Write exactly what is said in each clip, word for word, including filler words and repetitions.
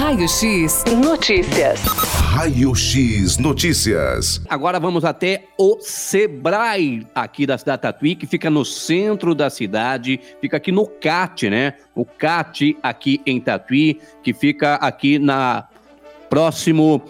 Raio X Notícias. Raio X Notícias. Agora vamos até o Sebrae, aqui da cidade de Tatuí, que fica no centro da cidade, fica aqui no C A T, né? O C A T aqui em Tatuí, que fica aqui na... próximo,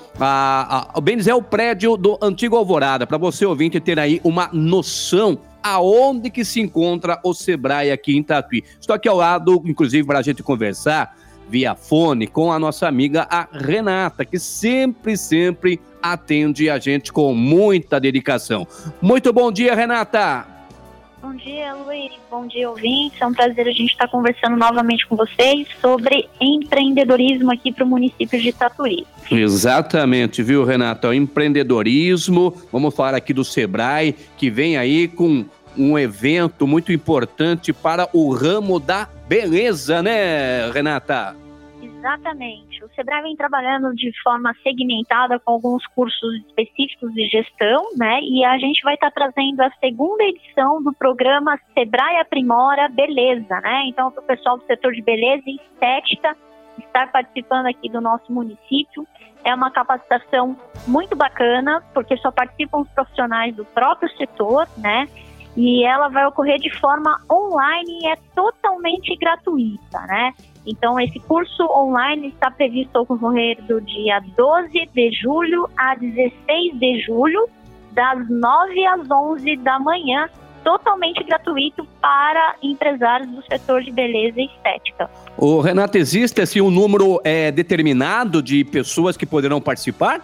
a, a, bem dizer, o prédio do Antigo Alvorada, para você ouvinte ter aí uma noção aonde que se encontra o Sebrae aqui em Tatuí. Estou aqui ao lado, inclusive, para a gente conversar via fone com a nossa amiga, a Renata, que sempre, sempre atende a gente com muita dedicação. Muito bom dia, Renata! Bom dia, Luiz. Bom dia, ouvintes. É um prazer a gente estar conversando novamente com vocês sobre empreendedorismo aqui para o município de Tatuí. Exatamente, viu, Renata? O empreendedorismo, vamos falar aqui do Sebrae, que vem aí com um evento muito importante para o ramo da beleza, né, Renata? Exatamente. O Sebrae vem trabalhando de forma segmentada com alguns cursos específicos de gestão, né? E a gente vai estar trazendo a segunda edição do programa Sebrae Aprimora Beleza, né? Então, para o pessoal do setor de beleza e estética estar participando aqui do nosso município, é uma capacitação muito bacana, porque só participam os profissionais do próprio setor, né? E ela vai ocorrer de forma online e é totalmente gratuita, né? Então, esse curso online está previsto ocorrer do dia doze de julho a dezesseis de julho, das nove às onze da manhã, totalmente gratuito para empresários do setor de beleza e estética. Ô, Renata, existe assim, um número é, determinado de pessoas que poderão participar?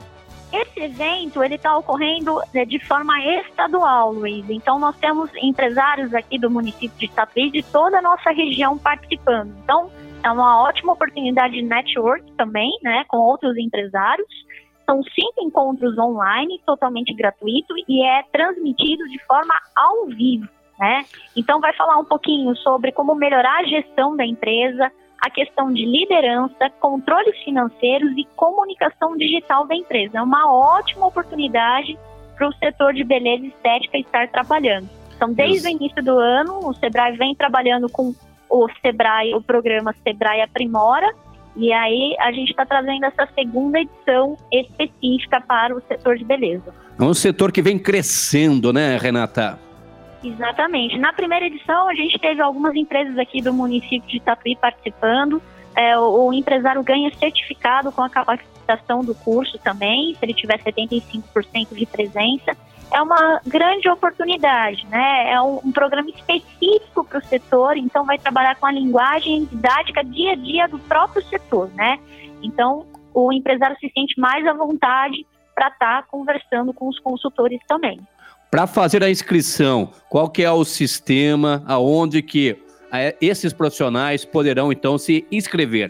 Esse evento ele está ocorrendo né, de forma estadual, Luiz. Então, nós temos empresários aqui do município de Tatuí, de toda a nossa região participando. Então, é uma ótima oportunidade de network também, né, com outros empresários. São cinco encontros online, totalmente gratuito, e é transmitido de forma ao vivo, né? Então, vai falar um pouquinho sobre como melhorar a gestão da empresa, a questão de liderança, controles financeiros e comunicação digital da empresa. É uma ótima oportunidade para o setor de beleza e estética estar trabalhando. Então, desde Isso. o início do ano, o Sebrae vem trabalhando com o Sebrae, o programa Sebrae Aprimora, e aí a gente está trazendo essa segunda edição específica para o setor de beleza. É um setor que vem crescendo, né, Renata? Exatamente. Na primeira edição, a gente teve algumas empresas aqui do município de Tatuí participando. É, o, o empresário ganha certificado com a capacitação do curso também, se ele tiver setenta e cinco por cento de presença. É uma grande oportunidade, né? É um, um programa específico para o setor, então vai trabalhar com a linguagem didática dia a dia do próprio setor, né? Então, o empresário se sente mais à vontade para estar tá conversando com os consultores também. Para fazer a inscrição, qual que é o sistema, aonde que é, esses profissionais poderão, então, se inscrever?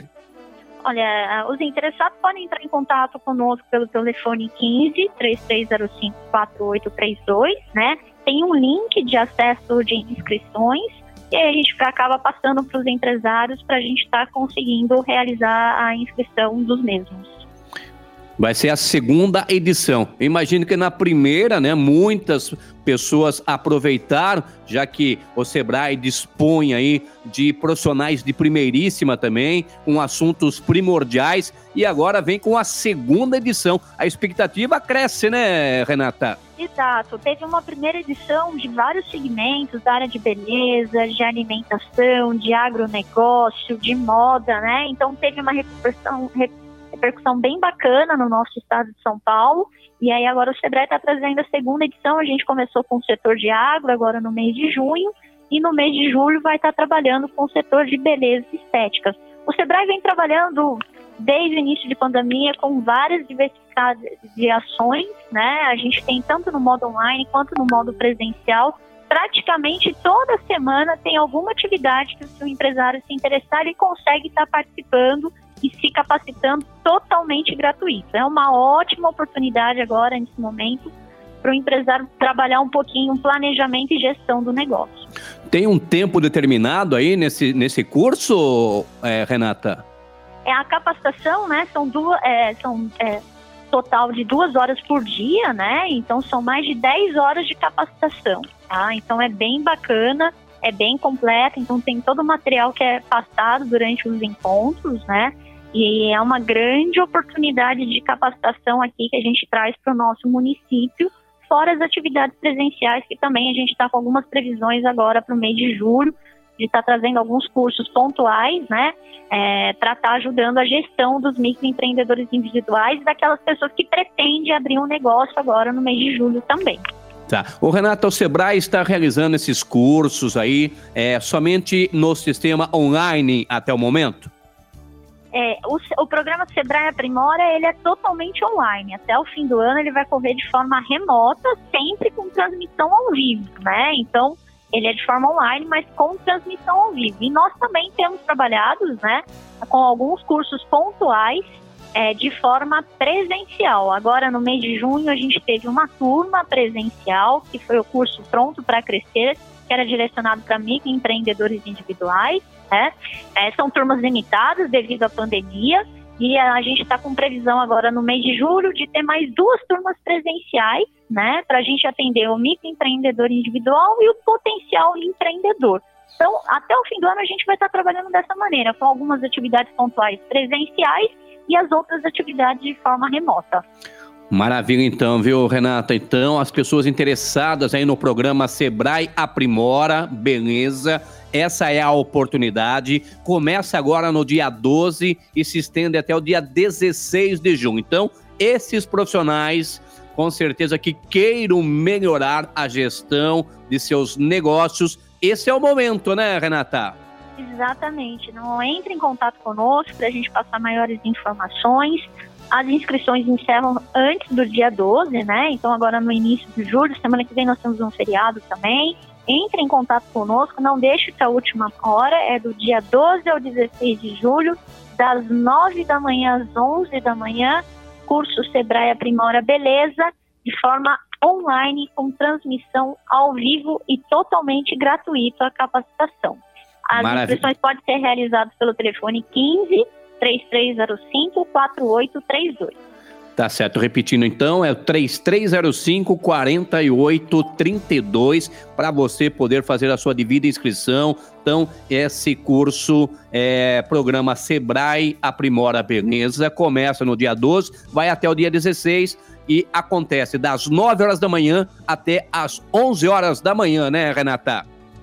Olha, os interessados podem entrar em contato conosco pelo telefone quinze, três três zero cinco, quatro oito três dois, né? Tem um link de acesso de inscrições e aí a gente acaba passando para os empresários para a gente estar tá conseguindo realizar a inscrição dos mesmos. Vai ser a segunda edição. Eu imagino que na primeira, né, muitas pessoas aproveitaram, já que o Sebrae dispõe aí de profissionais de primeiríssima também, com assuntos primordiais, e agora vem com a segunda edição. A expectativa cresce, né, Renata? Exato. Teve uma primeira edição de vários segmentos, da área de beleza, de alimentação, de agronegócio, de moda, né? Então teve uma repercussão repercussão bem bacana no nosso estado de São Paulo, e aí agora o Sebrae está trazendo a segunda edição. A gente começou com o setor de agro agora no mês de junho, e no mês de julho vai estar tá trabalhando com o setor de beleza e estética. O Sebrae vem trabalhando desde o início de pandemia com várias diversificadas de ações, né? A gente tem tanto no modo online quanto no modo presencial. Praticamente toda semana tem alguma atividade que se o empresário se interessar, ele consegue estar tá participando e se capacitando totalmente gratuito. É uma ótima oportunidade agora, nesse momento, para o empresário trabalhar um pouquinho o planejamento e gestão do negócio. Tem um tempo determinado aí nesse, nesse curso, é, Renata? É a capacitação, né? São duas, é, são é, total de duas horas por dia, né? Então são mais de dez horas de capacitação, tá? Então é bem bacana, é bem completo, então tem todo o material que é passado durante os encontros, né? E é uma grande oportunidade de capacitação aqui que a gente traz para o nosso município, fora as atividades presenciais, que também a gente está com algumas previsões agora para o mês de julho, de estar tá trazendo alguns cursos pontuais, né, é, para estar tá ajudando a gestão dos microempreendedores individuais e daquelas pessoas que pretendem abrir um negócio agora no mês de julho também. Tá. O Renata, o Sebrae está realizando esses cursos aí é, somente no sistema online até o momento? É, o, o programa Sebrae Aprimora, ele é totalmente online. Até o fim do ano ele vai correr de forma remota, sempre com transmissão ao vivo, né? Então, ele é de forma online, mas com transmissão ao vivo. E nós também temos trabalhado, né, com alguns cursos pontuais é, de forma presencial. Agora, no mês de junho, a gente teve uma turma presencial, que foi o curso Pronto para Crescer, que era direcionado para microempreendedores individuais, né? É, são turmas limitadas devido à pandemia, e a gente está com previsão agora no mês de julho de ter mais duas turmas presenciais, né, para a gente atender o microempreendedor individual e o potencial empreendedor. Então, até o fim do ano a gente vai estar trabalhando dessa maneira, com algumas atividades pontuais presenciais e as outras atividades de forma remota. Maravilha então, viu, Renata? Então, as pessoas interessadas aí no programa Sebrae Aprimora, beleza? Essa é a oportunidade. Começa agora no dia doze e se estende até o dia dezesseis de junho. Então, esses profissionais, com certeza que queiram melhorar a gestão de seus negócios, esse é o momento, né, Renata? Exatamente. Não entre em contato conosco para a gente passar maiores informações. As inscrições encerram antes do dia doze, né? Então, agora no início de julho, semana que vem nós temos um feriado também. Entre em contato conosco, não deixe que a última hora, é do dia doze ao dezesseis de julho, das nove da manhã às onze da manhã, curso Sebrae Aprimora Beleza, de forma online, com transmissão ao vivo e totalmente gratuito a capacitação. As Maravilha. Inscrições podem ser realizadas pelo telefone quinze, três três zero cinco, quatro oito três dois. Tá certo, repetindo então, é o três três zero cinco, quatro oito três dois para você poder fazer a sua devida inscrição. Então, esse curso, é, programa Sebrae Aprimora Beleza, começa no dia doze, vai até o dia dezesseis e acontece das nove horas da manhã até as onze horas da manhã, né, Renata?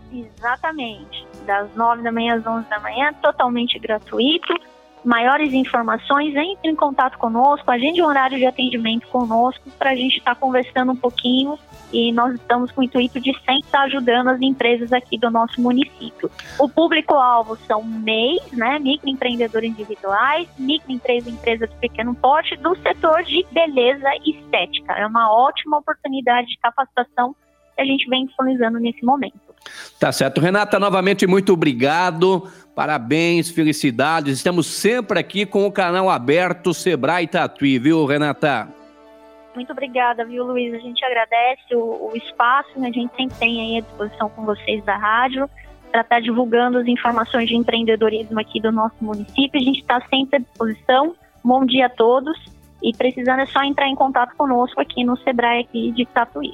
Exatamente, das nove da manhã às onze da manhã, totalmente gratuito. Maiores informações, entre em contato conosco, agende um horário de atendimento conosco para a gente estar tá conversando um pouquinho, e nós estamos com o intuito de sempre estar ajudando as empresas aqui do nosso município. O público-alvo são M E Is, né, microempreendedores individuais, microempresa, empresa de pequeno porte, do setor de beleza e estética. É uma ótima oportunidade de capacitação que a gente vem disponibilizando nesse momento. Tá certo. Renata, novamente muito obrigado, parabéns, felicidades, estamos sempre aqui com o canal aberto Sebrae Tatuí, viu, Renata? Muito obrigada, viu, Luiz? A gente agradece o, o espaço, né? A gente sempre tem aí à disposição com vocês da rádio para estar divulgando as informações de empreendedorismo aqui do nosso município. A gente está sempre à disposição. Bom dia a todos, e precisando é só entrar em contato conosco aqui no Sebrae aqui de Tatuí.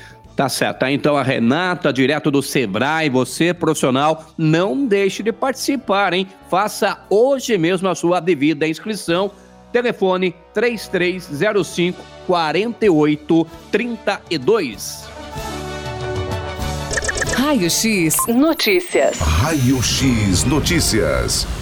Tá certo, tá? Então a Renata, direto do Sebrae, você profissional, não deixe de participar, hein? Faça hoje mesmo a sua devida inscrição. Telefone três três zero cinco, quatro oito três dois. Raio X Notícias. Raio X Notícias.